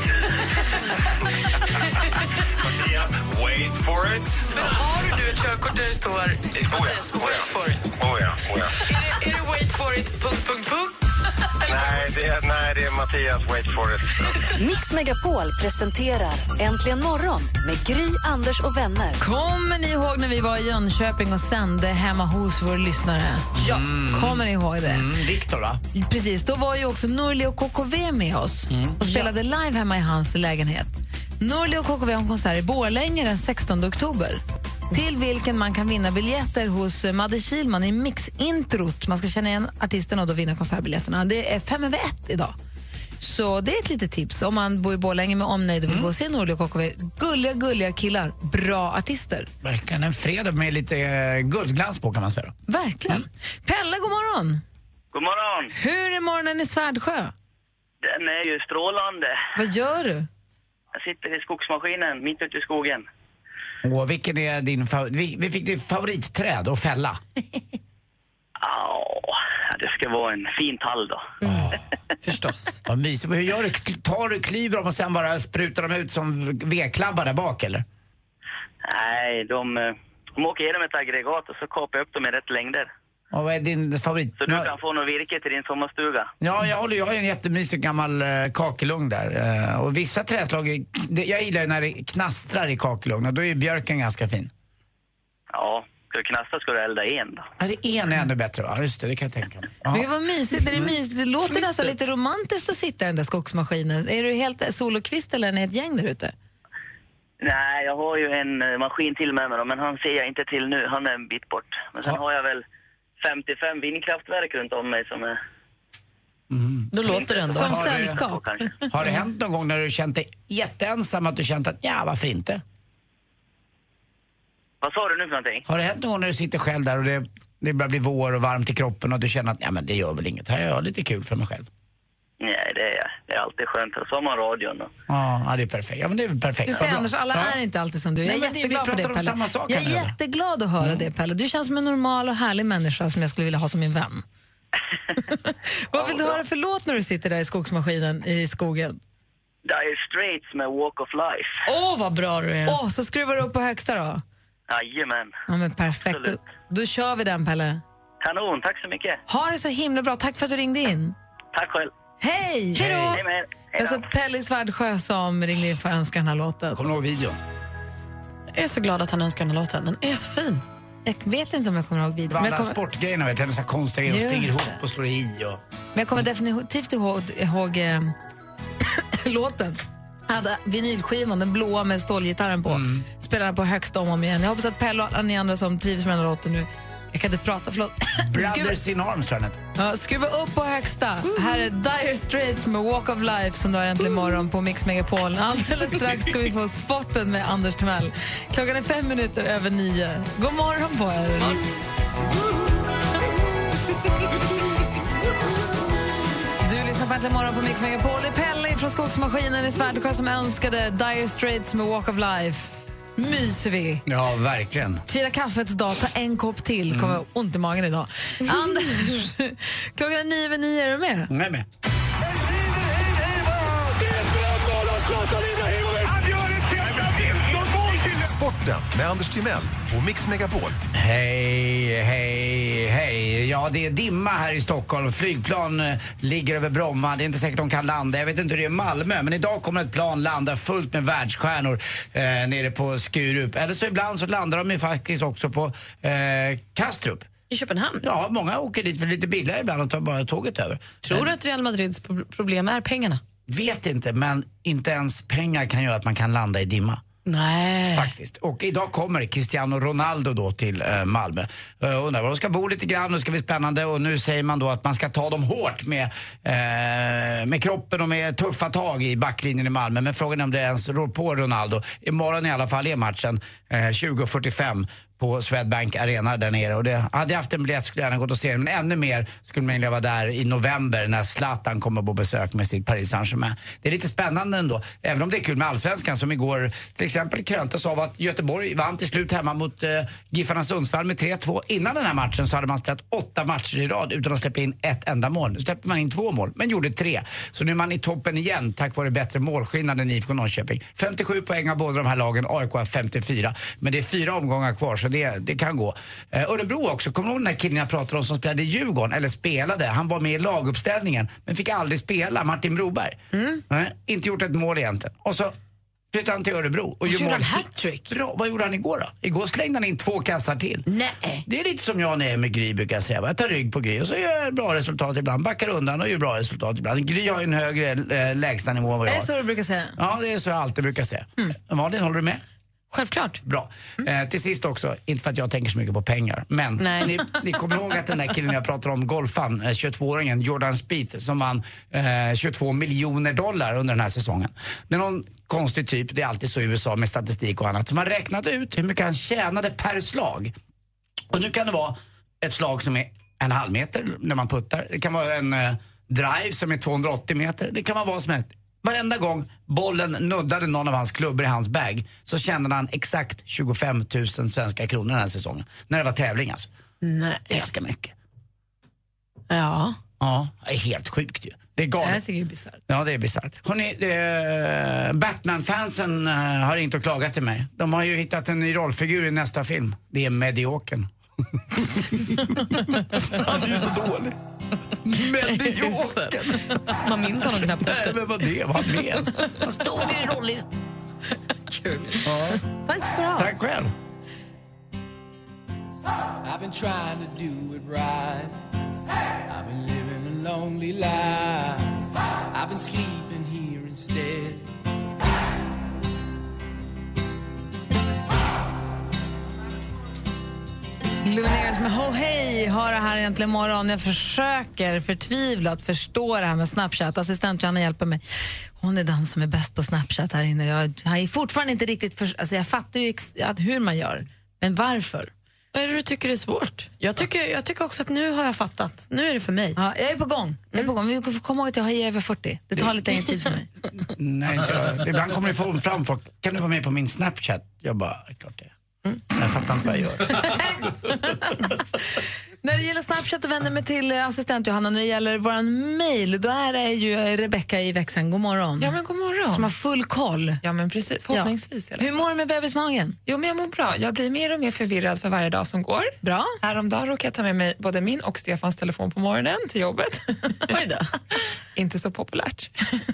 Mattias, wait for it. Men har du ett körkort där det står Mattias, wait for it? Oh ja, oh ja. Är det, är det wait for it, punkt, punkt, punkt? Nej, det är, nej, det är Mattias, wait for it. Mix Megapol presenterar Äntligen morgon med Gry, Anders och vänner. Kommer ni ihåg när vi var i Jönköping och sände hemma hos vår lyssnare? Ja, mm. Kommer ni ihåg det? Mm, Viktor, va? Precis, då var ju också Norli och K K V med oss mm. och spelade ja. live hemma i hans lägenhet. Norli och K K V har en konsert i Borlänge den sextonde oktober. Till vilken man kan vinna biljetter hos Madde Kilman i Mix-introt. Man ska känna igen artisten och då vinna konsertbiljetterna. Det är fem över ett idag. Så det är ett litet tips om man bor i Borlänge med omnejd och vill mm. gå och se Norli och K K V. Gulliga, gulliga killar. Bra artister. Verkligen en fredag med lite uh, guldglans på, kan man säga. Verkligen. Mm. Pelle, god morgon. God morgon. Hur är morgonen i Svärdsjö? Den är ju strålande. Vad gör du? Jag sitter i skogsmaskinen mitt ute i skogen. Och vilken är din favorit? Vi, vi fick ditt favoritträd och fälla. Ja, det ska vara en fin tall då. Oh, förstås. Vad mysigt. Hur gör du? Tar du, klyver dem och sen bara sprutar dem ut som vedklabbar där bak, eller? Nej, de, de åker igenom ett aggregat och så kapar jag upp dem i rätt längder. Och vad är din favorit? Så du kan få något virke till din sommarstuga. Ja, jag håller, jag har en jättemysig gammal uh, kakelugn där. Uh, och vissa träslag, är, det, jag gillar när det knastrar i kakelugnen. Då är björken ganska fin. Ja, ska du knasta ska du elda en då. Ja, det en är ännu bättre, va? Just det, det kan jag tänka mig. Ja. Men vad mysigt, det är mysigt. Det låter nästan lite romantiskt att sitta i den där skogsmaskinen. Är du helt solokvist eller är ni ett gäng där ute? Nej, jag har ju en maskin till med mig då, men han ser jag inte till nu. Han är en bit bort. Men sen ja. har jag väl femtiofem vindkraftverk runt om mig som är... Mm. Då låter det ändå. Som har sällskap. Det, har det hänt någon gång när du känt dig jätteensam att du känt att ja, varför inte? Vad sa du nu för någonting? Har det hänt någon gång när du sitter själv där och det, det börjar bli vår och varmt i kroppen och du känner att ja, men det gör väl inget, här är jag lite kul för mig själv? Nej, det är, det är alltid skönt. Så har man radion då. Ja, det är perfekt. Ja, men det är perfekt. Du säger Anders, alla ja. är inte alltid som du. Jag är Nej, jätteglad för det, Pelle. Samma sak, jag är jätteglad att höra mm. det, Pelle. Du känns som en normal och härlig människa som jag skulle vilja ha som min vän. Vad vill du höra för låt när du sitter där i skogsmaskinen i skogen? Dire Straits med Walk of Life. Åh, oh, vad bra du är. Åh, oh, så skruvar du upp på högsta då? Jajamän. Ja, men perfekt. Då, då kör vi den, Pelle. Kanon, tack så mycket. Ha det så himla bra. Tack för att du ringde in. Tack själv. Hej! Hej då! Hej med er. Hej alltså Pelle Svärdsjö som ringde in för att önska den här låten. Kommer du ihåg videon? Jag är så glad att han önskar den här låten. Den är så fin. Jag vet inte om jag kommer ihåg videon. Det var alla kommer... sportgrejerna, vet du. Så konstiga grejer och springer ihop och slår i. Och... Men jag kommer definitivt ihåg, ihåg äh, låten. Jag hade vinylskivan, den blåa med stålgitarren på. Mm. Spelade den på högsta om och om igen. Jag hoppas att Pelle och ni andra som trivs med den här låten nu. Jag kan inte prata, förlåt. Brothers in Arms, tror jag. Ja, skruva upp på högsta. Uh-huh. Här är Dire Straits med Walk of Life som du har äntligen morgon på Mix Megapol. Alldeles strax ska vi få sporten med Anders Timell. Klockan är fem minuter över nio. God morgon på er. Mm. Du lyssnar på Äntligen morgon på Mix Megapol. Det är Pelle från Skogsmaskinen i Svärdsjö som önskade Dire Straits med Walk of Life. Myser vi. Ja, verkligen. Fira kaffets dag, ta en kopp till. Kommer mm. ont i magen idag. Anders, klockan är nio över nio, är du med? Jag är med. Sporten med Anders Timell och Mix Megapol. Hej, hej, hej. Ja, det är dimma här i Stockholm. Flygplan eh, ligger över Bromma. Det är inte säkert de kan landa. Jag vet inte hur det är i Malmö. Men idag kommer ett plan landa fullt med världsstjärnor eh, nere på Skurup. Eller så ibland så landar de ju faktiskt också på eh, Kastrup. I Köpenhamn? Ja, många åker dit för lite billigare ibland och tar bara tåget över. Tror du att Real Madrids problem är pengarna? Vet inte, men inte ens pengar kan göra att man kan landa i dimma. Nej. Faktiskt. Och idag kommer Cristiano Ronaldo då till eh, Malmö. Uh, undrar var de ska bo lite grann, det ska bli spännande. Och nu säger man då att man ska ta dem hårt med, eh, med kroppen och med tuffa tag i backlinjen i Malmö. Men frågan är om det ens rår på Ronaldo. Imorgon i alla fall är matchen eh, tjugo fyrtiofem på Swedbank Arena där nere. Och det, hade jag haft en biljett skulle jag gärna gått och se den. Men ännu mer skulle man vilja vara där i november när Zlatan kommer på besök med sitt Paris Saint-Germain. Det är lite spännande ändå. Även om det är kul med Allsvenskan som igår till exempel kröntes av att Göteborg vann till slut hemma mot eh, Giffarna Sundsvall med tre två. Innan den här matchen så hade man spelat åtta matcher i rad utan att släppa in ett enda mål. Nu släppte man in två mål, men gjorde tre. Så nu är man i toppen igen tack vare bättre målskillnad än I F K Norrköping. femtiosju poäng av båda de här lagen, A I K har femtiofyra. Men det är fyra omgångar kvar så det, det kan gå. Eh, Örebro också, kommer du ihåg den här killen jag pratade om som spelade i Djurgården, eller spelade, han var med i laguppställningen men fick aldrig spela, Martin Broberg. Mm. Nej, inte gjort ett mål egentligen. Och så flyttade han till Örebro. Och, och gjorde han hattrick? Bra, vad gjorde han igår då? Igår slängde han in två kassar till. Nej. Det är lite som jag när jag är med Gry brukar jag säga. Jag tar rygg på Gry och så gör jag bra resultat ibland. Backar undan och gör bra resultat ibland. Gry har ju en högre äh, lägsta nivå än vad jag har. Är det så du brukar säga? Ja, det är så jag alltid brukar säga. Mm. Malin, håller du med? Självklart. Bra. Mm. Eh, till sist också, inte för att jag tänker så mycket på pengar, men ni, ni kommer ihåg att den där killen jag pratar om, golfan, eh, tjugotvååringen Jordan Spieth, som vann eh, tjugotvå miljoner dollar under den här säsongen. Det är någon konstig typ, det är alltid så i U S A med statistik och annat, som har räknat ut hur mycket han tjänade per slag. Och nu kan det vara ett slag som är en halv meter när man puttar. Det kan vara en eh, drive som är tvåhundraåttio meter. Det kan vara vad som helst. Varenda gång bollen nuddade någon av hans klubbor i hans bag så kände han exakt tjugofem tusen svenska kronor den här säsongen. När det var tävling alltså. Nej. Det är ganska mycket. Ja. Ja, det är helt sjukt ju. Det är galet. Jag tycker det är bisarrt. Ja, det är bisarrt. Hörrni, eh, Batman-fansen eh, har inte att klaga till mig. De har ju hittat en ny rollfigur i nästa film. Det är Mediokern. Han är ju så dålig. Mediokern. Man minns honom knappt efter. Nej, men vad det var han med? Han stod i rollis. Kul. Ja. Tack ska du ha. Tack själv. I've been trying to do it right. I've been living a lonely life. I've been sleeping here instead. Lumineers med Ho Hey har det här egentligen morgon. Jag försöker förtvivlat förstå det här med Snapchat. Assistent Johanna hjälper mig. Hon är den som är bäst på Snapchat här inne. Jag är fortfarande inte riktigt för, alltså jag fattar ju ex, att hur man gör. Men varför? Vad är det du tycker är svårt? Jag tycker, jag tycker också att nu har jag fattat. Nu är det för mig. Ja, jag är på gång. Jag är på gång. Vi får komma ihåg att jag är över fyrtio. Det tar lite längre tid för mig. Nej, inte jag. Ibland kommer det få fram folk. Kan du vara med på min Snapchat? Jag bara, klart det. Mm. Jag fattar inte vad jag gör. När det gäller Snapchat och vänder mig till assistent Johanna, när det gäller våran mail, då är det ju Rebecca i växeln. God morgon. Ja, men god morgon. Som har full koll. Ja, men precis. Förhoppningsvis. Ja. Hur mår du med bebismagen? Jo, men jag mår bra. Jag blir mer och mer förvirrad för varje dag som går. Bra. Häromdagen råkade jag ta med mig både min och Stefans telefon på morgonen till jobbet. Oj då. Inte så populärt.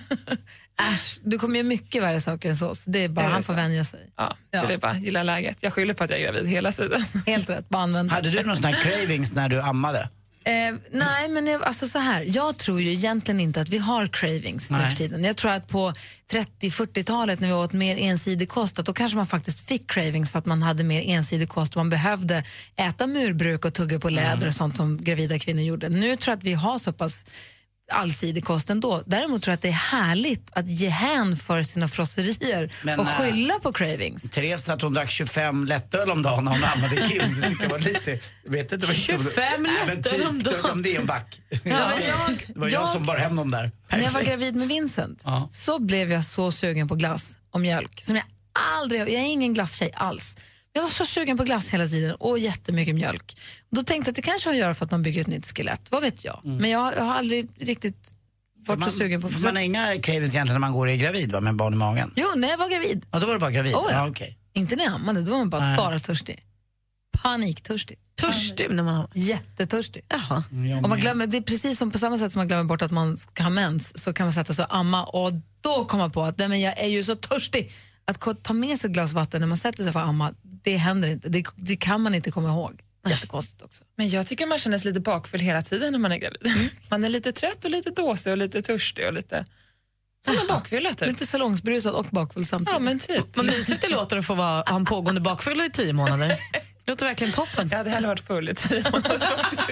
Äsch, du kommer ju mycket värre saker än så. Så det är bara, är han får vänja sig. Ja, ja, det är bara gilla läget. Jag skyller på att jag är gravid hela tiden. Helt rätt, bara använd. Hade du någon sån här cravings när du ammade? Eh, nej, men jag, alltså så här. Jag tror ju egentligen inte att vi har cravings nu för tiden. Jag tror att på trettio-fyrtiotalet när vi åt mer ensidig kost, att då kanske man faktiskt fick cravings för att man hade mer ensidig kost och man behövde äta murbruk och tugga på läder mm. och sånt som gravida kvinnor gjorde. Nu tror jag att vi har så pass allsidig kost ändå. Däremot tror jag att det är härligt att ge hän för sina frosserier men, och skylla på cravings. Therese att hon drack tjugofem lättöl om dagen när hon ammade Kim. Det tycker jag var lite... Vet inte, tjugofem lättöl om dagen? Om det är en back. Ja, men jag, det var jag, jag som bar hem dem där. Perfekt. När jag var gravid med Vincent ja. så blev jag så sugen på glass och mjölk. Som jag aldrig... Jag är ingen glasstjej alls. Jag var så sugen på glass hela tiden och jättemycket mjölk. Och då tänkte jag att det kanske har att göra för att man bygger ett nytt skelett. Vad vet jag? Mm. Men jag, jag har aldrig riktigt varit man, så sugen på... För man har inga cravings egentligen när man går i gravid, va? Med barn i magen? Jo, när jag var gravid. Ja, då var du bara gravid? Oh, ja. Ja, okay. Inte när jag ammade, då var man bara, bara törstig. Paniktörstig. Törstig när man har... Jättetörstig. Jaha. Och man glömmer, det är precis som på samma sätt som man glömmer bort att man ska ha mens, så kan man sätta sig och amma och då komma på att nej, men jag är ju så törstig. Att ta med sig ett glas vatten när man sätter sig för att amma, det händer inte. Det, det kan man inte komma ihåg. Jättekonstigt också. Men jag tycker man känner sig lite bakfull hela tiden när man är gravid. Mm. Man är lite trött och lite dåsig och lite törstig och lite... Som en bakfylla typ. Lite salongsbrusad och bakfull samtidigt. Ja, men typ. Vad mysigt det låter att få vara, ha en pågående bakfylla i tio månader. Det låter verkligen toppen. Jag hade hellre varit full i tio månader.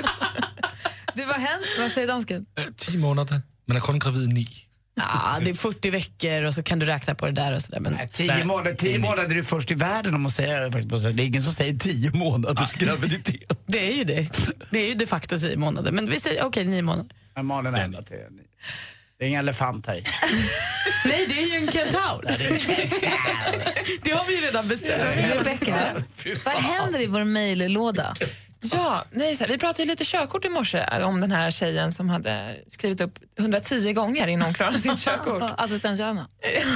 Det var hänt. Vad säger dansken? Äh, tio månader. Men är kun gravid nio. Ja, det är fyrtio veckor och så kan du räkna på det där och sådär. Men... Nej, tio, månader, tio månader är du först i världen om att säga. Det är ingen som säger tio månaders graviditet. Det är ju det. Det är ju de facto tio månader. Men vi säger okej, okay, nio månader. Men Malin är ändå till. Det är ingen elefant här i. Nej, det är ju en kentaur. Ja, det, är en kentaur. Det har vi ju redan bestämt. Rebecca, vad händer i vår mejllåda? Ja, nej, så här, vi pratade ju lite körkort i morse om den här tjejen som hade skrivit upp hundratio gånger innan hon klarade sitt körkort. Assistent Johanna.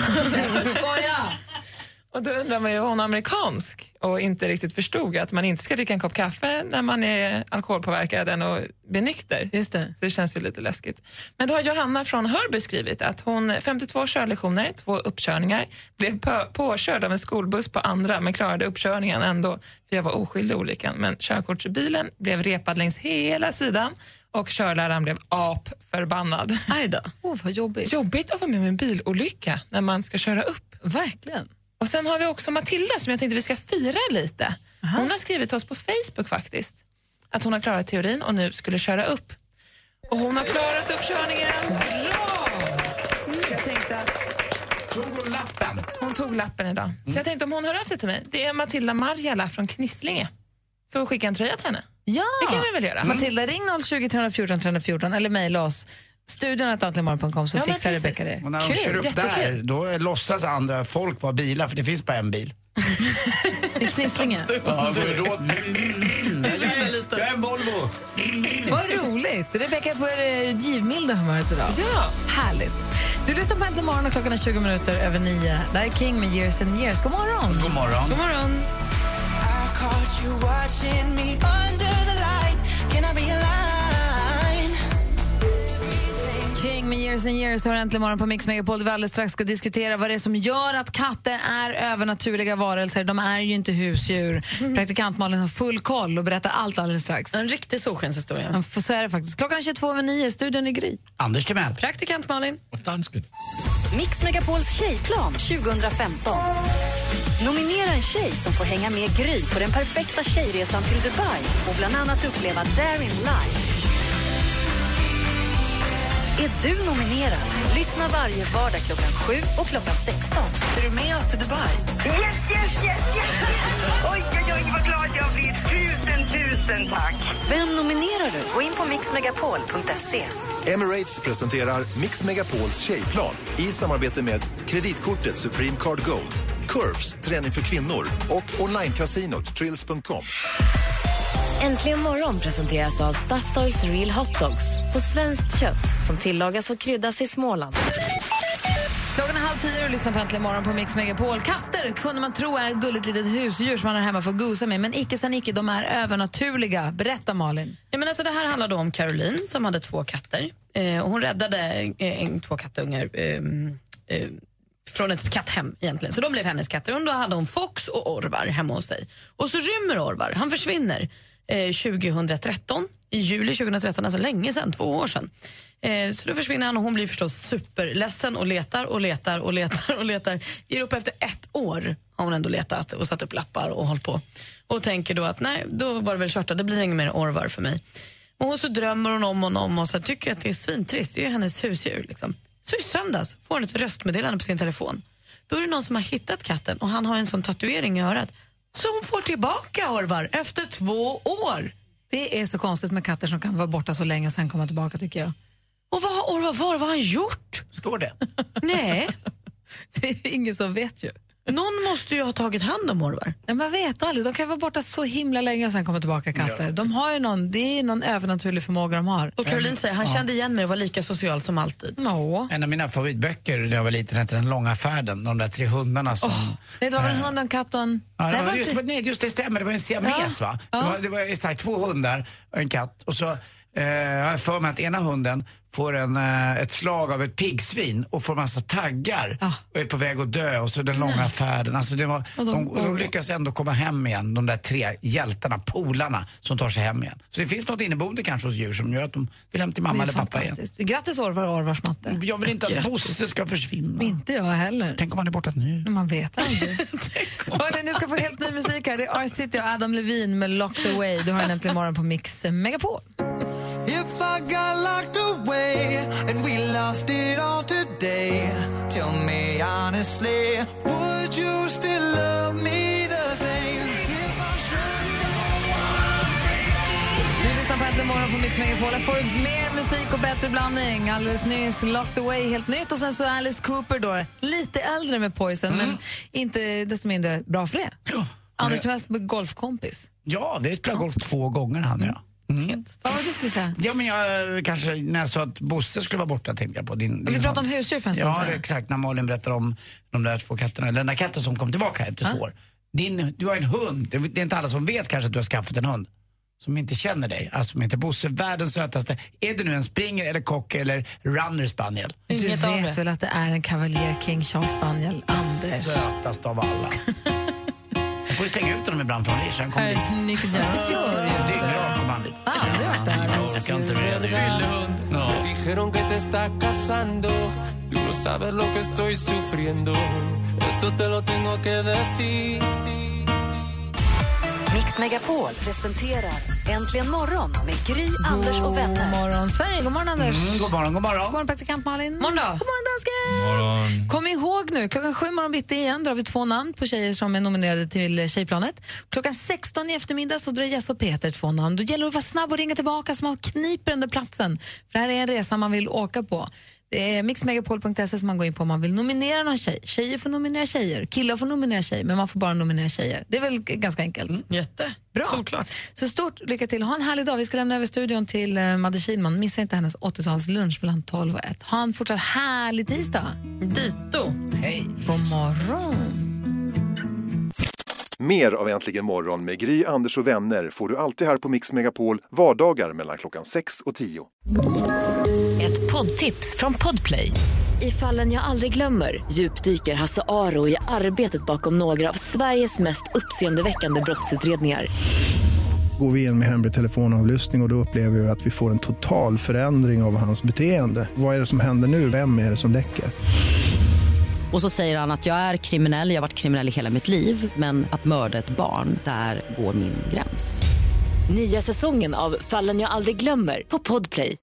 Skoja! Och då undrar man ju, hon är amerikansk och inte riktigt förstod att man inte ska dricka en kopp kaffe när man är alkoholpåverkad än och blir nykter. Just det. Så det känns ju lite läskigt. Men då har Johanna från Hörby skrivit att hon femtiotvå körlektioner, två uppkörningar, blev på- påkörd av en skolbuss på andra men klarade uppkörningen ändå. För jag var oskyldig i olyckan. Men körkortsbilen blev repad längs hela sidan och körläraren blev apförbannad. Aj då. Oh, vad jobbigt. Jobbigt att vara med om en bilolycka när man ska köra upp. Verkligen. Och sen har vi också Matilda som jag tänkte vi ska fira lite. Aha. Hon har skrivit till oss på Facebook faktiskt att hon har klarat teorin och nu skulle köra upp. Och hon har klarat uppkörningen. Bra! Så jag tänkte att... Tog hon lappen? Hon tog lappen idag. Mm. Så jag tänkte om hon hör av sig till mig. Det är Matilda Marjala från Knisslinge. Så skicka en tröja till henne. Ja! Det kan vi väl göra. Mm. Matilda, ring noll tjugo, tre fjorton, tre fjorton eller mejla oss. Studion at antligenmorgon punkt com så ja, fixar Rebecca det. Och när de kör upp där, då låtsas andra folk vara bilar, för det finns bara en bil. I Knisslinge? Ja, då är då... Jag är en Volvo. Vad roligt. Rebecca på det givmilda humöret idag. Ja. Härligt. Du lyssnar på Äntligen morgon och klockan är tjugo minuter över nio. Där är King med Years and Years. God morgon. God morgon. God morgon. I caught you watching me under the light. Can I be alive? King med Years Years and Years har äntligen morgon på Mix Megapol. Vi alldeles strax ska diskutera vad det är som gör att katter är övernaturliga varelser. De är ju inte husdjur. Mm. Praktikant Malin har full koll och berättar allt alldeles strax. En riktig solskenshistoria. Ja, så är det faktiskt. Klockan är tjugotvå över nio, studion i Gry. Anders Timell. Praktikant Malin. Och dansken. Mix Megapols tjejplan tjugohundrafemton. Nominera en tjej som får hänga med Gry på den perfekta tjejresan till Dubai och bland annat uppleva Darin live. Är du nominerad? Lyssna varje vardag klockan sju och klockan sexton. Är du med oss till Dubai? Yes, yes, yes, yes! Oj, oj, oj, vad glad jag blir. Tusen, tusen tack. Vem nominerar du? Gå in på mix megapol punkt se. Emirates presenterar Mix Megapols tjejplan i samarbete med kreditkortet Supreme Card Gold, Curves, träning för kvinnor och online-casinot trills punkt com. Äntligen morgon presenteras av Statoils Real Hot Dogs på svenskt kött som tillagas och kryddas i Småland. Klockan är halv tio och lyssnar på Äntligen morgon på Mix Megapol. Katter kunde man tro är ett gulligt litet husdjur som man har hemma för att gosa med, men icke sen icke, de är övernaturliga. Berätta, Malin. Ja, men alltså, det här handlar då om Caroline som hade två katter. Eh, och hon räddade eh, en, två kattungar eh, eh, från ett katthem egentligen. Så de blev hennes katter. Och då hade hon Fox och Orvar hemma hos sig. Och så rymmer Orvar. Han försvinner eh, tjugohundratretton. I juli tjugohundratretton, alltså länge sedan, två år sedan. Eh, så då försvinner han och hon blir förstås superledsen och letar och letar och letar och letar. Ger upp efter ett år har hon ändå letat och satt upp lappar och hållit på. Och tänker då att nej, då var det väl kört, det blir ingen mer Orvar för mig. Och så drömmer hon om och om och så tycker att det är svintrist, det är ju hennes husdjur liksom. Så i söndags får hon ett röstmeddelande på sin telefon. Då är det någon som har hittat katten och han har en sån tatuering i örat. Så hon får tillbaka Orvar efter två år. Det är så konstigt med katter som kan vara borta så länge och sen komma tillbaka, tycker jag. Och vad har Orvar, vad har han gjort? Står det? Nej. Det är ingen som vet ju. Någon måste ju ha tagit hand om Orvar. Ja, man vet aldrig. De kan vara borta så himla länge och sen komma tillbaka, katter. Ja. De har ju någon, det är någon övernaturlig förmåga de har. Och Caroline säger, han ja. kände igen mig och var lika social som alltid. No. En av mina favoritböcker när jag var liten heter Den långa färden. De där tre hundarna som... Oh, det var väl en hund och en katt och en... Ja, det var just, var, nej, just det stämmer. Det var en siames, ja. va? Ja. Det var, det var exakt två hundar och en katt. Och så eh, jag har för mig att ena hunden får en, eh, ett slag av ett piggsvin och får massa taggar ah. och är på väg att dö och så den långa Nej. färden. Alltså det var, de, de, de lyckas ändå komma hem igen, de där tre hjältarna, polarna som tar sig hem igen. Så det finns något inneboende kanske hos djur som gör att de vill hem till mamma eller pappa igen. Grattis Orvar och Orvars matte. Jag vill inte att Grattis. Bosse ska försvinna. Inte jag heller. Tänk om han är borta nu. Man vet aldrig. Hörrni, ni ska få helt ny musik här. Det är R-City och Adam Levine med Locked Away. Du har en äntligen morgon på Mix Megapol. If I got locked away and we lost it all today, tell me honestly, would you still love me the same? Du lyssnar på Äntligen morgon på Mix Megapol. Jag får mer musik och bättre blandning. Alldeles nyss Locked Away, helt nytt. Och sen så Alice Cooper då, lite äldre med Poison, mm. men inte desto mindre bra för det. Ja. Anders Timell med golfkompis. Ja, vi har spelat golf två gånger, han och jag. Mm. Vad var det du skulle säga? Ja, men jag kanske, när jag sa att Bosse skulle vara borta, tänkte jag på din... din vi pratade om husdjur för en stund. Ja, det, exakt. När Malin berättar om de där två katterna, eller den där katten som kom tillbaka efter ah. två år. Din, du har en hund. Det är inte alla som vet kanske att du har skaffat en hund. Som inte känner dig. Alltså som heter Bosse, världens sötaste. Är det nu en springer eller kock eller runner spaniel? Du vet väl att det är en Cavalier King Charles spaniel, Anders. Sötast av alla. Jag får ju slänga ut honom ibland från Lisha. Han kommer dit. Nick Jones. Det gör du. Dyngrak kom han dit. Ah, det har varit där. Jag kan inte reda fyllehund. No. Dijeron que te está casando. Du no sabes lo que estoy sufriendo. Esto te lo tengo que decir. Mix Megapol presenterar Äntligen morgon med Gry, Anders och vänner. God morgon Sverige, god morgon Anders. Mm, god morgon, god morgon. God morgon praktikant Malin. God morgon. God morgon dansken. Morgon. Kom ihåg nu, klockan sju morgon bitti igen drar vi två namn på tjejer som är nominerade till Tjejplanet. Klockan sexton i eftermiddag så drar Jess och Peter två namn. Då gäller det att vara snabb och ringa tillbaka så man kniper den där platsen. För det här är en resa man vill åka på. Det är mix megapol punkt se som man går in på om man vill nominera någon tjej. Tjejer får nominera tjejer, killar får nominera tjejer, men man får bara nominera tjejer. Det är väl ganska enkelt. Mm, jätte. Bra. Såklart. Så stort lycka till. Ha en härlig dag. Vi ska lämna över studion till uh, Madde Kihlman. Missa inte hennes åttio-tals lunch mellan tolv och ett. Ha en fortsatt härlig tisdag. Dito. Hej. God morgon. Mer av Äntligen morgon med Gry, Anders och vänner får du alltid här på Mix Megapol vardagar mellan klockan sex och tio. Ett poddtips från Podplay. I Fallen jag aldrig glömmer djupdyker Hasse Aro i arbetet bakom några av Sveriges mest uppseendeväckande brottsutredningar. Går vi in med hemlig telefonavlyssning och, och då upplever vi att vi får en total förändring av hans beteende. Vad är det som händer nu? Vem är det som läcker? Och så säger han att jag är kriminell, jag har varit kriminell i hela mitt liv, men att mörda ett barn, där går min gräns. Nya säsongen av Fallen jag aldrig glömmer på Podplay.